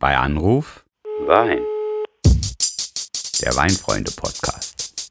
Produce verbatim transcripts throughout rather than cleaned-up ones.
Bei Anruf Wein. Der Weinfreunde-Podcast.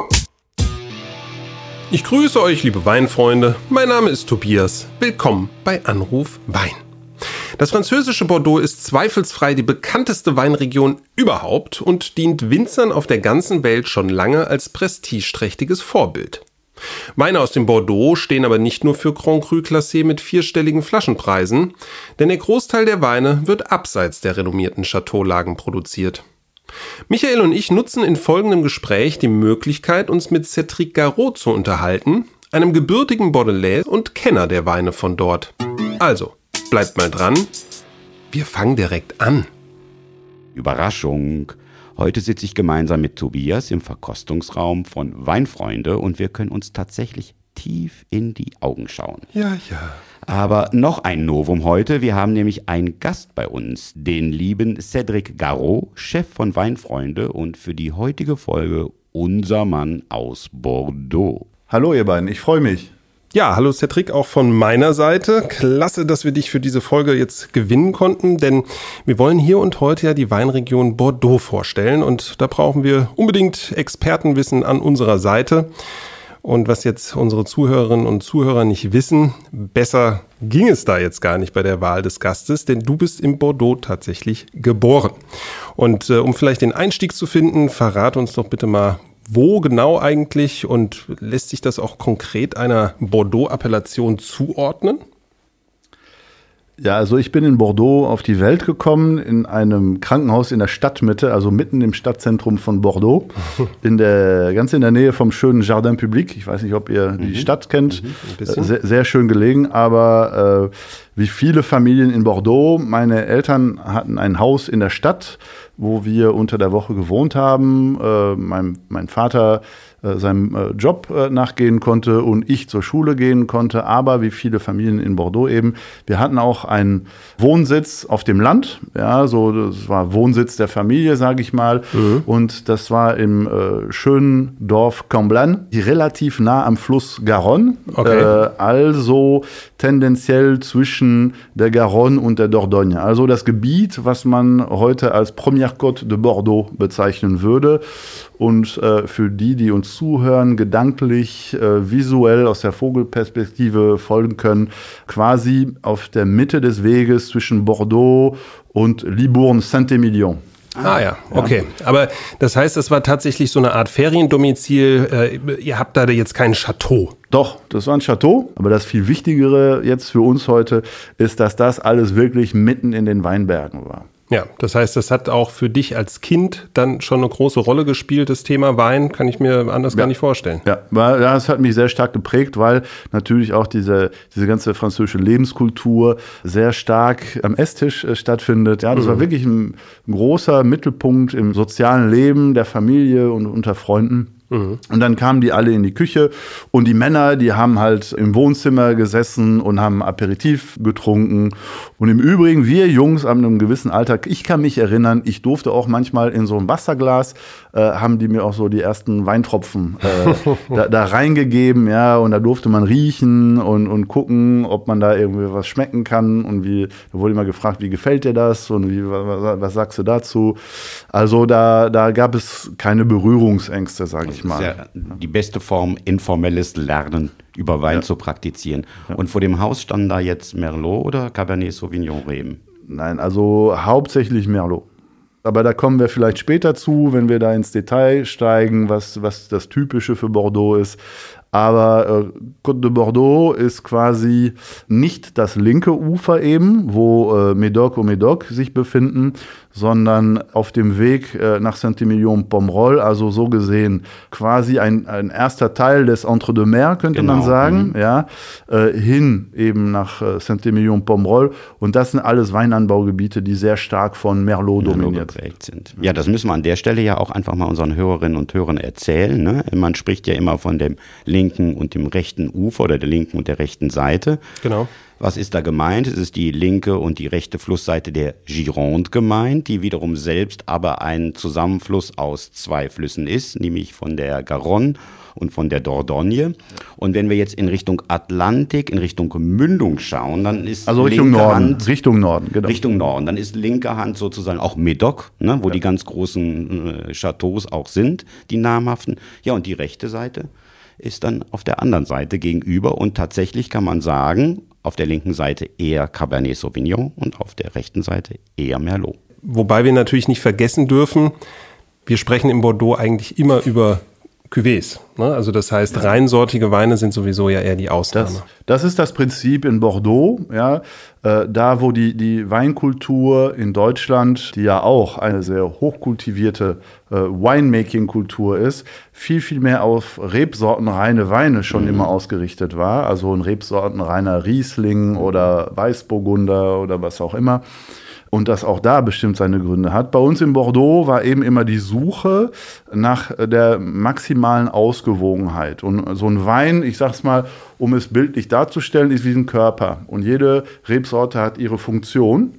Ich grüße euch, liebe Weinfreunde. Mein Name ist Tobias. Willkommen bei Anruf Wein. Das französische Bordeaux ist zweifelsfrei die bekannteste Weinregion überhaupt und dient Winzern auf der ganzen Welt schon lange als prestigeträchtiges Vorbild. Weine aus dem Bordeaux stehen aber nicht nur für Grand Cru Classé mit vierstelligen Flaschenpreisen, denn der Großteil der Weine wird abseits der renommierten Chateaulagen produziert. Michael und ich nutzen in folgendem Gespräch die Möglichkeit, uns mit Cédric Garot zu unterhalten, einem gebürtigen Bordelais und Kenner der Weine von dort. Also, bleibt mal dran, wir fangen direkt an. Überraschung! Heute sitze ich gemeinsam mit Tobias im Verkostungsraum von Weinfreunde und wir können uns tatsächlich tief in die Augen schauen. Ja, ja. Aber noch ein Novum heute, wir haben nämlich einen Gast bei uns, den lieben Cédric Garot, Chef von Weinfreunde und für die heutige Folge unser Mann aus Bordeaux. Hallo ihr beiden, ich freue mich. Ja, hallo Cédric, auch von meiner Seite. Klasse, dass wir dich für diese Folge jetzt gewinnen konnten, denn wir wollen hier und heute ja die Weinregion Bordeaux vorstellen und da brauchen wir unbedingt Expertenwissen an unserer Seite. Und was jetzt unsere Zuhörerinnen und Zuhörer nicht wissen, besser ging es da jetzt gar nicht bei der Wahl des Gastes, denn du bist in Bordeaux tatsächlich geboren. Und äh, um vielleicht den Einstieg zu finden, verrate uns doch bitte mal, wo genau eigentlich und lässt sich das auch konkret einer Bordeaux-Appellation zuordnen? Ja, also ich bin in Bordeaux auf die Welt gekommen, in einem Krankenhaus in der Stadtmitte, also mitten im Stadtzentrum von Bordeaux, in der, ganz in der Nähe vom schönen Jardin Public. Ich weiß nicht, ob ihr die mhm. Stadt kennt, mhm, sehr, sehr schön gelegen, aber äh, wie viele Familien in Bordeaux, meine Eltern hatten ein Haus in der Stadt, wo wir unter der Woche gewohnt haben. Äh, mein, mein Vater äh, seinem äh, Job äh, nachgehen konnte und ich zur Schule gehen konnte. Aber wie viele Familien in Bordeaux eben, wir hatten auch einen Wohnsitz auf dem Land. Ja, so das war Wohnsitz der Familie, sage ich mal. Mhm. Und das war im äh, schönen Dorf Comblain, relativ nah am Fluss Garonne. Okay. Äh, also tendenziell zwischen der Garonne und der Dordogne. Also das Gebiet, was man heute als Première Côte de Bordeaux bezeichnen würde. Und äh, für die, die uns zuhören, gedanklich, äh, visuell aus der Vogelperspektive folgen können, quasi auf der Mitte des Weges zwischen Bordeaux und Libourne-Saint-Émilion. Ah ja, okay. Ja. Aber das heißt, es war tatsächlich so eine Art Feriendomizil. Äh, ihr habt da jetzt kein Chateau. Doch, das war ein Chateau. Aber das viel Wichtigere jetzt für uns heute ist, dass das alles wirklich mitten in den Weinbergen war. Ja, das heißt, das hat auch für dich als Kind dann schon eine große Rolle gespielt, das Thema Wein, kann ich mir anders ja. gar nicht vorstellen. Ja, das hat mich sehr stark geprägt, weil natürlich auch diese, diese ganze französische Lebenskultur sehr stark am Esstisch äh, stattfindet. Ja, das mhm. war wirklich ein, ein großer Mittelpunkt im sozialen Leben der Familie und unter Freunden. Mhm. Und dann kamen die alle in die Küche und die Männer, die haben halt im Wohnzimmer gesessen und haben Aperitif getrunken. Und im Übrigen, wir Jungs ab einem gewissen Alter, ich kann mich erinnern, ich durfte auch manchmal in so ein Wasserglas, äh, haben die mir auch so die ersten Weintropfen äh, da, da reingegeben, ja, und da durfte man riechen und, und gucken, ob man da irgendwie was schmecken kann und wie, da wurde immer gefragt, wie gefällt dir das und wie, was, was sagst du dazu? Also da, da gab es keine Berührungsängste, sage ich. Das ist ja die beste Form, informelles Lernen über Wein ja. zu praktizieren. Ja. Und vor dem Haus standen da jetzt Merlot oder Cabernet Sauvignon Reben? Nein, also hauptsächlich Merlot. Aber da kommen wir vielleicht später zu, wenn wir da ins Detail steigen, was, was das Typische für Bordeaux ist. Aber äh, Côte de Bordeaux ist quasi nicht das linke Ufer eben, wo äh, Médoc und Médoc sich befinden, sondern auf dem Weg äh, nach Saint-Émilion-Pomerol, also so gesehen quasi ein, ein erster Teil des Entre-deux-Mers, könnte genau. man sagen, mhm. ja, äh, hin eben nach äh, Saint-Émilion-Pomerol. Und das sind alles Weinanbaugebiete, die sehr stark von Merlot, Merlot dominiert geprägt sind. Ja, das müssen wir an der Stelle ja auch einfach mal unseren Hörerinnen und Hörern erzählen. Ne? Man spricht ja immer von dem linken und dem rechten Ufer oder der linken und der rechten Seite. Genau. Was ist da gemeint? Es ist die linke und die rechte Flussseite der Gironde gemeint, die wiederum selbst aber ein Zusammenfluss aus zwei Flüssen ist, nämlich von der Garonne und von der Dordogne. Und wenn wir jetzt in Richtung Atlantik, in Richtung Mündung schauen, dann ist also Richtung linke Norden, Hand, Richtung Norden, genau. Richtung Norden, dann ist linke Hand sozusagen auch Médoc, ne, wo ja. die ganz großen äh, Chateaus auch sind, die namhaften. Ja, und die rechte Seite ist dann auf der anderen Seite gegenüber und tatsächlich kann man sagen, auf der linken Seite eher Cabernet Sauvignon und auf der rechten Seite eher Merlot. Wobei wir natürlich nicht vergessen dürfen, wir sprechen in Bordeaux eigentlich immer über Cuvées. Ne? Also das heißt, reinsortige Weine sind sowieso ja eher die Ausnahme. Das, das ist das Prinzip in Bordeaux, ja, äh, da wo die, die Weinkultur in Deutschland, die ja auch eine sehr hochkultivierte äh, Winemaking-Kultur ist, viel, viel mehr auf rebsortenreine Weine schon mhm. immer ausgerichtet war. Also ein rebsortenreiner Riesling oder Weißburgunder oder was auch immer. Und das auch da bestimmt seine Gründe hat. Bei uns in Bordeaux war eben immer die Suche nach der maximalen Ausgewogenheit. Und so ein Wein, ich sag's mal, um es bildlich darzustellen, ist wie ein Körper. Und jede Rebsorte hat ihre Funktion.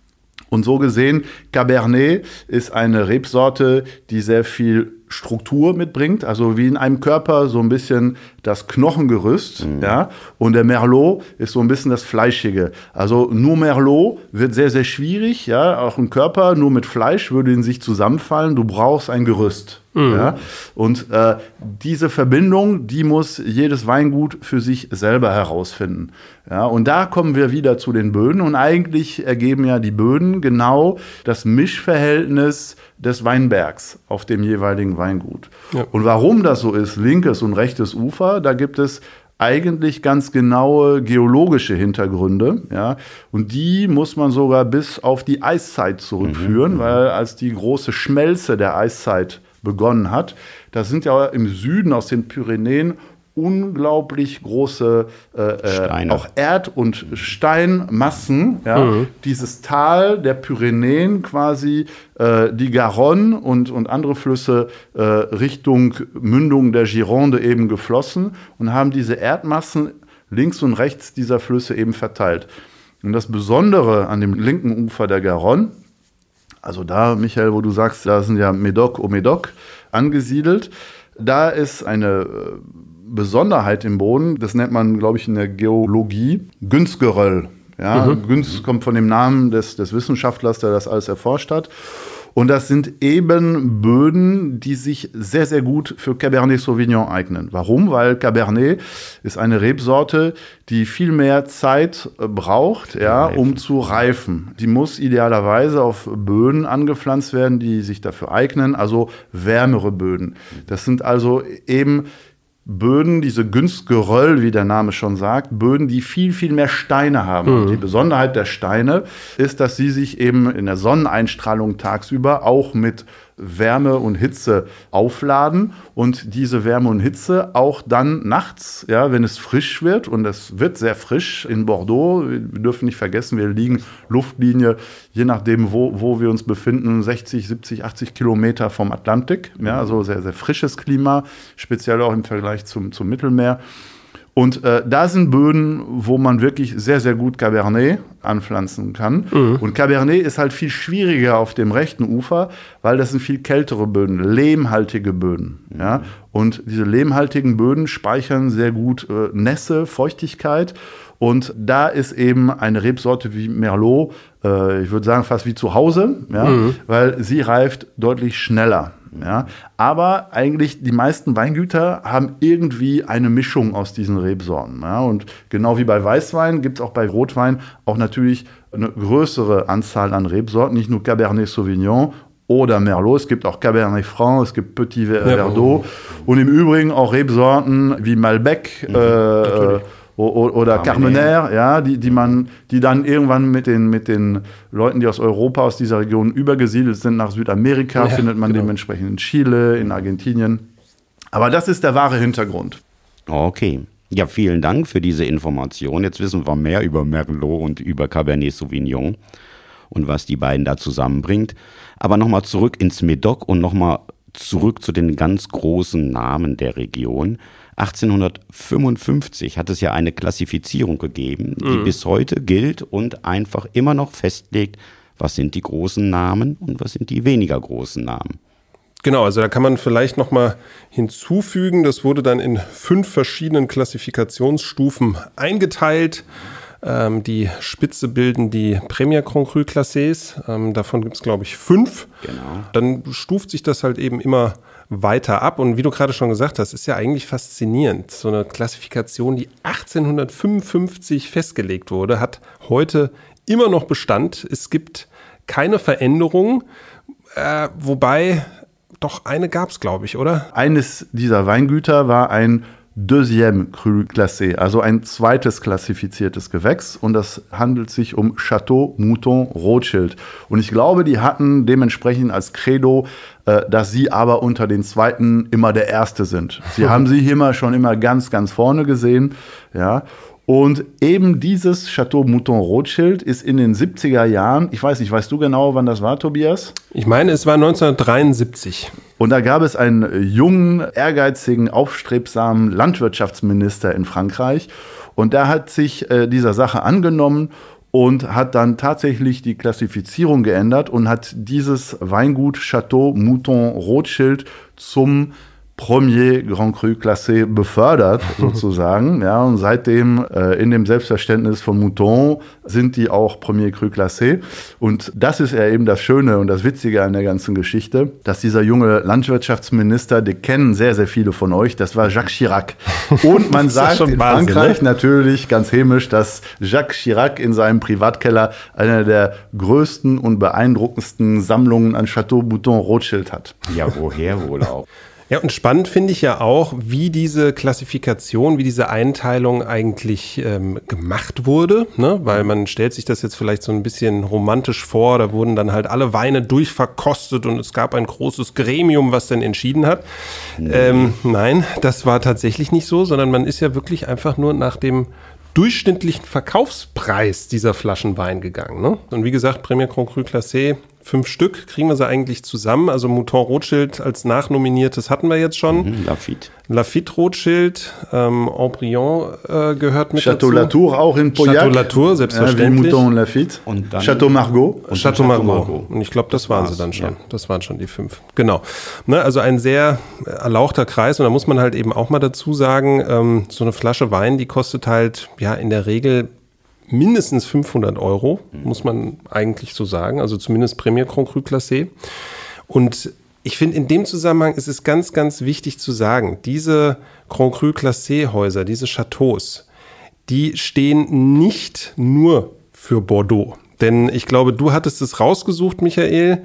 Und so gesehen, Cabernet ist eine Rebsorte, die sehr viel Struktur mitbringt, also wie in einem Körper so ein bisschen das Knochengerüst, mhm. ja, und der Merlot ist so ein bisschen das Fleischige. Also nur Merlot wird sehr, sehr schwierig, ja, auch ein Körper nur mit Fleisch würde in sich zusammenfallen, du brauchst ein Gerüst. Mhm. Ja? Und äh, diese Verbindung, die muss jedes Weingut für sich selber herausfinden. Ja? Und da kommen wir wieder zu den Böden und eigentlich ergeben ja die Böden genau das Mischverhältnis des Weinbergs auf dem jeweiligen Weingut. Ja. Und warum das so ist, linkes und rechtes Ufer, da gibt es eigentlich ganz genaue geologische Hintergründe, ja, und die muss man sogar bis auf die Eiszeit zurückführen, mhm. weil als die große Schmelze der Eiszeit begonnen hat, da sind ja im Süden aus den Pyrenäen unglaublich große äh, auch Erd- und Steinmassen. Ja? Mhm. Dieses Tal der Pyrenäen quasi, äh, die Garonne und, und andere Flüsse äh, Richtung Mündung der Gironde eben geflossen und haben diese Erdmassen links und rechts dieser Flüsse eben verteilt. Und das Besondere an dem linken Ufer der Garonne, also da, Michael, wo du sagst, da sind ja Médoc au Médoc angesiedelt, da ist eine Besonderheit im Boden, das nennt man, glaube ich, in der Geologie Günstgeröll. Ja, mhm. Günst kommt von dem Namen des, des Wissenschaftlers, der das alles erforscht hat. Und das sind eben Böden, die sich sehr, sehr gut für Cabernet Sauvignon eignen. Warum? Weil Cabernet ist eine Rebsorte, die viel mehr Zeit braucht, ja, um zu reifen. Die muss idealerweise auf Böden angepflanzt werden, die sich dafür eignen, also wärmere Böden. Das sind also eben Böden, diese Günstgeröll, wie der Name schon sagt, Böden, die viel, viel mehr Steine haben. Mhm. Die Besonderheit der Steine ist, dass sie sich eben in der Sonneneinstrahlung tagsüber auch mit Wärme und Hitze aufladen und diese Wärme und Hitze auch dann nachts, ja, wenn es frisch wird, und es wird sehr frisch in Bordeaux, wir dürfen nicht vergessen, wir liegen Luftlinie, je nachdem, wo, wo wir uns befinden, sechzig, siebzig, achtzig Kilometer vom Atlantik, ja, also sehr, sehr frisches Klima, speziell auch im Vergleich zum, zum Mittelmeer. Und äh, da sind Böden, wo man wirklich sehr, sehr gut Cabernet anpflanzen kann. Mhm. Und Cabernet ist halt viel schwieriger auf dem rechten Ufer, weil das sind viel kältere Böden, lehmhaltige Böden. Mhm. Ja? Und diese lehmhaltigen Böden speichern sehr gut äh, Nässe, Feuchtigkeit. Und da ist eben eine Rebsorte wie Merlot, äh, ich würde sagen fast wie zu Hause, ja? Mhm. Weil sie reift deutlich schneller. Ja, aber eigentlich die meisten Weingüter haben irgendwie eine Mischung aus diesen Rebsorten. Ja, und genau wie bei Weißwein gibt es auch bei Rotwein auch natürlich eine größere Anzahl an Rebsorten, nicht nur Cabernet Sauvignon oder Merlot, es gibt auch Cabernet Franc, es gibt Petit Verdot, ja, und im Übrigen auch Rebsorten wie Malbec, mhm, äh, oder Carmenère, ja, die, die man, die dann irgendwann mit den, mit den Leuten, die aus Europa, aus dieser Region übergesiedelt sind, nach Südamerika, ja, findet man genau. dementsprechend in Chile, in Argentinien. Aber das ist der wahre Hintergrund. Okay. Ja, vielen Dank für diese Information. Jetzt wissen wir mehr über Merlot und über Cabernet Sauvignon und was die beiden da zusammenbringt. Aber nochmal zurück ins Médoc und nochmal zurück zu den ganz großen Namen der Region. achtzehnhundertfünfundfünfzig hat es ja eine Klassifizierung gegeben, die Mhm. bis heute gilt und einfach immer noch festlegt, was sind die großen Namen und was sind die weniger großen Namen. Genau, also da kann man vielleicht noch mal hinzufügen, das wurde dann in fünf verschiedenen Klassifikationsstufen eingeteilt. Ähm, die Spitze bilden die Premier Grand Cru Classés, ähm, davon gibt es glaube ich fünf. Genau. Dann stuft sich das halt eben immer weiter ab und wie du gerade schon gesagt hast, ist ja eigentlich faszinierend. So eine Klassifikation, die achtzehnhundertfünfundfünfzig festgelegt wurde, hat heute immer noch Bestand. Es gibt keine Veränderung, äh, wobei doch eine gab es, glaube ich, oder? Eines dieser Weingüter war ein Deuxième Cru Classé, also ein zweites klassifiziertes Gewächs, und das handelt sich um Château Mouton Rothschild. Und ich glaube, die hatten dementsprechend als Credo, äh, dass sie aber unter den Zweiten immer der Erste sind. Sie haben sie immer schon immer ganz, ganz vorne gesehen, ja. Und eben dieses Château Mouton Rothschild ist in den siebziger Jahren, ich weiß nicht, weißt du genau, wann das war, Tobias? Ich meine, es war neunzehnhundertdreiundsiebzig. Und da gab es einen jungen, ehrgeizigen, aufstrebsamen Landwirtschaftsminister in Frankreich. Und der hat sich äh, dieser Sache angenommen und hat dann tatsächlich die Klassifizierung geändert und hat dieses Weingut Château Mouton Rothschild zum Premier Grand Cru Classé befördert, sozusagen. Ja, und seitdem äh, in dem Selbstverständnis von Mouton sind die auch Premier Cru Classé. Und das ist ja eben das Schöne und das Witzige an der ganzen Geschichte, dass dieser junge Landwirtschaftsminister, den kennen sehr, sehr viele von euch, das war Jacques Chirac. Und man sagt in Wahnsinn, Frankreich ne? natürlich ganz hämisch, dass Jacques Chirac in seinem Privatkeller eine der größten und beeindruckendsten Sammlungen an Château Mouton Rothschild hat. Ja, woher wohl auch? Ja, und spannend finde ich ja auch, wie diese Klassifikation, wie diese Einteilung eigentlich ähm, gemacht wurde, ne? Weil man stellt sich das jetzt vielleicht so ein bisschen romantisch vor, da wurden dann halt alle Weine durchverkostet und es gab ein großes Gremium, was dann entschieden hat. Nee. Ähm, nein, das war tatsächlich nicht so, sondern man ist ja wirklich einfach nur nach dem durchschnittlichen Verkaufspreis dieser Flaschen Wein gegangen, ne? Und wie gesagt, Premier Grand Cru Classé, fünf Stück, kriegen wir sie eigentlich zusammen. Also Mouton Rothschild als Nachnominiertes hatten wir jetzt schon. Mhm, Lafite. Lafite Rothschild, ähm, Haut-Briand äh, gehört mit Chateau dazu. Latour auch in Pauillac. Chateau Latour, selbstverständlich. Ja, wie Mouton und Lafite. Und dann Chateau Margaux. Und Chateau Margaux. Und ich glaube, das, das waren sie dann schon. Ja. Das waren schon die fünf. Genau. Ne, also ein sehr erlauchter Kreis. Und da muss man halt eben auch mal dazu sagen, ähm, so eine Flasche Wein, die kostet halt ja in der Regel mindestens fünfhundert Euro, muss man eigentlich so sagen, also zumindest Premier Grand Cru Classé. Und ich finde, in dem Zusammenhang ist es ganz, ganz wichtig zu sagen, diese Grand Cru Classé Häuser, diese Chateaus, die stehen nicht nur für Bordeaux. Denn ich glaube, du hattest es rausgesucht, Michael.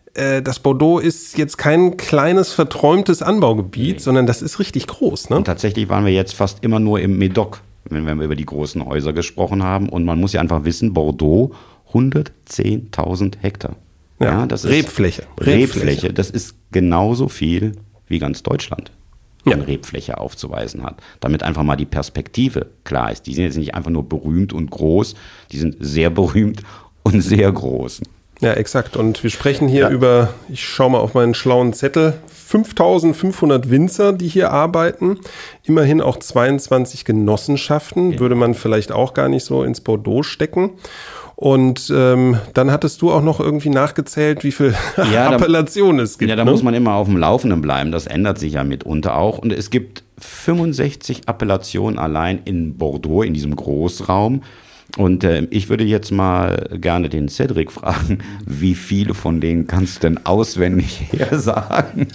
Das Bordeaux ist jetzt kein kleines, verträumtes Anbaugebiet, nee. sondern das ist richtig groß. Ne? Und tatsächlich waren wir jetzt fast immer nur im Médoc, wenn wir über die großen Häuser gesprochen haben. Und man muss ja einfach wissen, Bordeaux, hundertzehntausend Hektar. Ja, ja, das ist Rebfläche. Rebfläche. Rebfläche. Das ist genauso viel wie ganz Deutschland an ja. Rebfläche aufzuweisen hat. Damit einfach mal die Perspektive klar ist. Die sind jetzt nicht einfach nur berühmt und groß, die sind sehr berühmt und sehr groß. Ja, exakt. Und wir sprechen hier ja. über, ich schaue mal auf meinen schlauen Zettel, fünftausendfünfhundert Winzer, die hier arbeiten. Immerhin auch zweiundzwanzig Genossenschaften, ja. würde man vielleicht auch gar nicht so ins Bordeaux stecken. Und ähm, dann hattest du auch noch irgendwie nachgezählt, wie viel ja, Appellationen es gibt. Ja, da ne? muss man immer auf dem Laufenden bleiben. Das ändert sich ja mitunter auch. Und es gibt fünfundsechzig Appellationen allein in Bordeaux, in diesem Großraum. Und äh, ich würde jetzt mal gerne den Cedric fragen, wie viele von denen kannst du denn auswendig her sagen?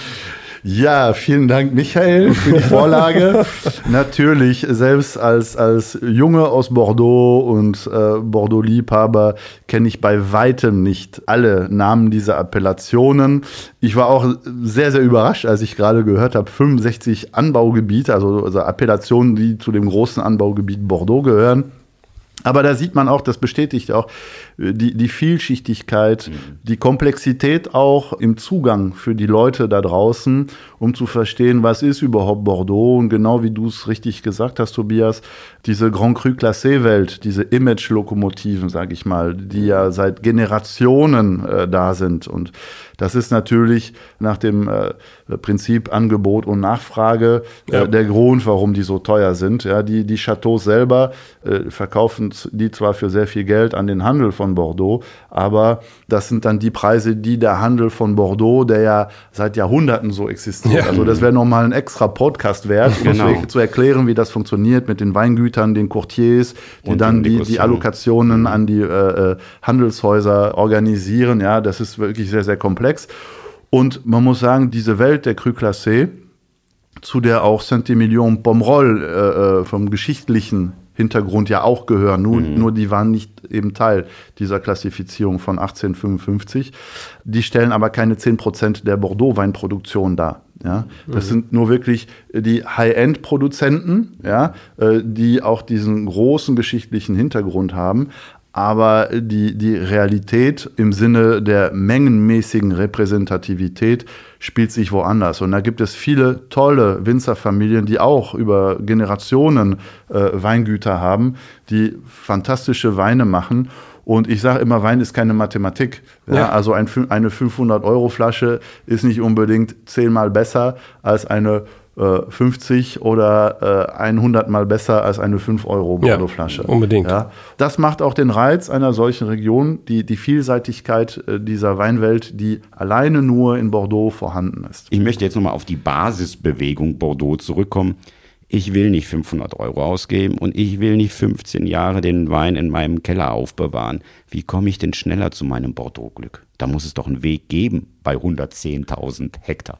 Ja, vielen Dank, Michael, für die Vorlage. Natürlich, selbst als, als Junge aus Bordeaux und äh, Bordeaux-Liebhaber kenne ich bei weitem nicht alle Namen dieser Appellationen. Ich war auch sehr, sehr überrascht, als ich gerade gehört habe, fünfundsechzig Anbaugebiete, also, also Appellationen, die zu dem großen Anbaugebiet Bordeaux gehören. Aber da sieht man auch, das bestätigt auch die, die Vielschichtigkeit, mhm. die Komplexität auch im Zugang für die Leute da draußen, um zu verstehen, was ist überhaupt Bordeaux. Und genau wie du es richtig gesagt hast, Tobias, diese Grand Cru Classé-Welt, diese Image-Lokomotiven, sage ich mal, die ja seit Generationen äh, da sind. Und das ist natürlich nach dem äh, Prinzip Angebot und Nachfrage ja. äh, der Grund, warum die so teuer sind. Ja, die, die Chateaus selber äh, verkaufen die zwar für sehr viel Geld an den Handel von Bordeaux, aber das sind dann die Preise, die der Handel von Bordeaux, der ja seit Jahrhunderten so existiert. Ja. Also das wäre nochmal ein extra Podcast wert, genau. zu, zu erklären, wie das funktioniert mit den Weingütern, den Courtiers, die und dann die, die Allokationen mhm. an die äh, Handelshäuser organisieren. Ja, das ist wirklich sehr, sehr komplex. Und man muss sagen, diese Welt der Cru Classé, zu der auch Saint-Émilion Pomerol äh, vom geschichtlichen Hintergrund ja auch gehören, nur, mhm. nur die waren nicht eben Teil dieser Klassifizierung von achtzehnhundertfünfundfünfzig. Die stellen aber keine zehn Prozent der Bordeaux-Weinproduktion dar. Ja, das mhm. sind nur wirklich die High-End-Produzenten, ja, die auch diesen großen geschichtlichen Hintergrund haben. Aber die, die Realität im Sinne der mengenmäßigen Repräsentativität spielt sich woanders. Und da gibt es viele tolle Winzerfamilien, die auch über Generationen äh, Weingüter haben, die fantastische Weine machen. Und ich sage immer, Wein ist keine Mathematik. Ja, ja. Also ein, eine fünfhundert-Euro-Flasche ist nicht unbedingt zehnmal besser als eine fünfzig oder äh, hundert Mal besser als eine fünf Euro Bordeaux-Flasche. Ja, unbedingt. Ja, das macht auch den Reiz einer solchen Region, die, die Vielseitigkeit äh, dieser Weinwelt, die alleine nur in Bordeaux vorhanden ist. Ich möchte jetzt nochmal auf die Basisbewegung Bordeaux zurückkommen. Ich will nicht fünfhundert Euro ausgeben und ich will nicht fünfzehn Jahre den Wein in meinem Keller aufbewahren. Wie komme ich denn schneller zu meinem Bordeaux-Glück? Da muss es doch einen Weg geben bei hundertzehntausend Hektar.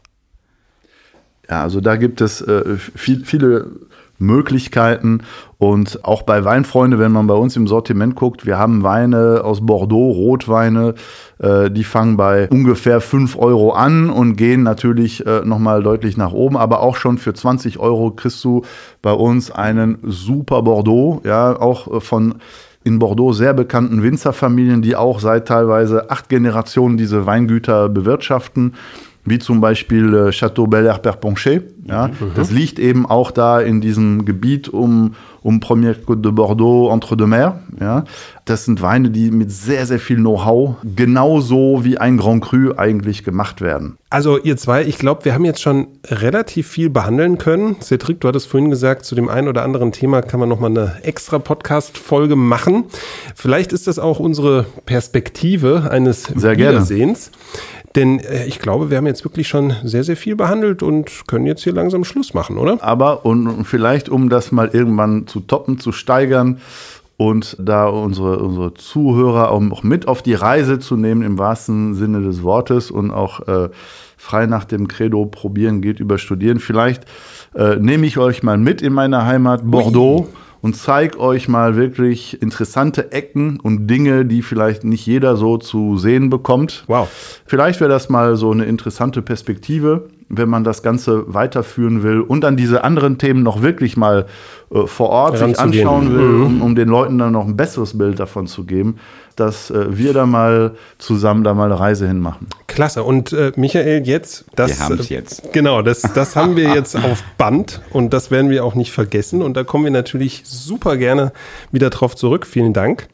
Ja, also da gibt es äh, viel, viele Möglichkeiten und auch bei Weinfreunde, wenn man bei uns im Sortiment guckt, wir haben Weine aus Bordeaux, Rotweine, äh, die fangen bei ungefähr fünf Euro an und gehen natürlich äh, nochmal deutlich nach oben, aber auch schon für zwanzig Euro kriegst du bei uns einen super Bordeaux, ja, auch äh, von in Bordeaux sehr bekannten Winzerfamilien, die auch seit teilweise acht Generationen diese Weingüter bewirtschaften, wie zum Beispiel äh, Château Bel-Air-Perponcher. Ja. Mhm. Das liegt eben auch da in diesem Gebiet um, um Première Côte de Bordeaux, Entre-deux-Mers. Ja. Das sind Weine, die mit sehr, sehr viel Know-how genauso wie ein Grand Cru eigentlich gemacht werden. Also ihr zwei, ich glaube, wir haben jetzt schon relativ viel behandeln können. Cédric, du hattest vorhin gesagt, zu dem einen oder anderen Thema kann man nochmal eine extra Podcast-Folge machen. Vielleicht ist das auch unsere Perspektive eines sehr Wiedersehens. Gerne. Denn äh, ich glaube, wir haben jetzt wirklich schon sehr, sehr viel behandelt und können jetzt hier langsam Schluss machen, oder? Aber und, und vielleicht, um das mal irgendwann zu toppen, zu steigern und da unsere, unsere Zuhörer auch mit auf die Reise zu nehmen, im wahrsten Sinne des Wortes und auch äh, frei nach dem Credo probieren geht über Studieren. Vielleicht äh, nehme ich euch mal mit in meine Heimat Bordeaux. Ui. Und zeig euch mal wirklich interessante Ecken und Dinge, die vielleicht nicht jeder so zu sehen bekommt. Wow. Vielleicht wäre das mal so eine interessante Perspektive, wenn man das Ganze weiterführen will und dann diese anderen Themen noch wirklich mal äh, vor Ort sich anschauen will, mhm. um, um den Leuten dann noch ein besseres Bild davon zu geben, dass äh, wir da mal zusammen da mal eine Reise hinmachen. Klasse. Und äh, Michael, jetzt, das, wir haben es jetzt. Genau, das, das haben wir jetzt auf Band und das werden wir auch nicht vergessen. Und da kommen wir natürlich super gerne wieder drauf zurück. Vielen Dank.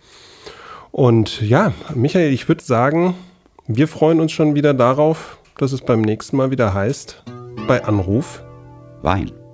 Und ja, Michael, ich würde sagen, wir freuen uns schon wieder darauf, dass es beim nächsten Mal wieder heißt, bei Anruf Wein.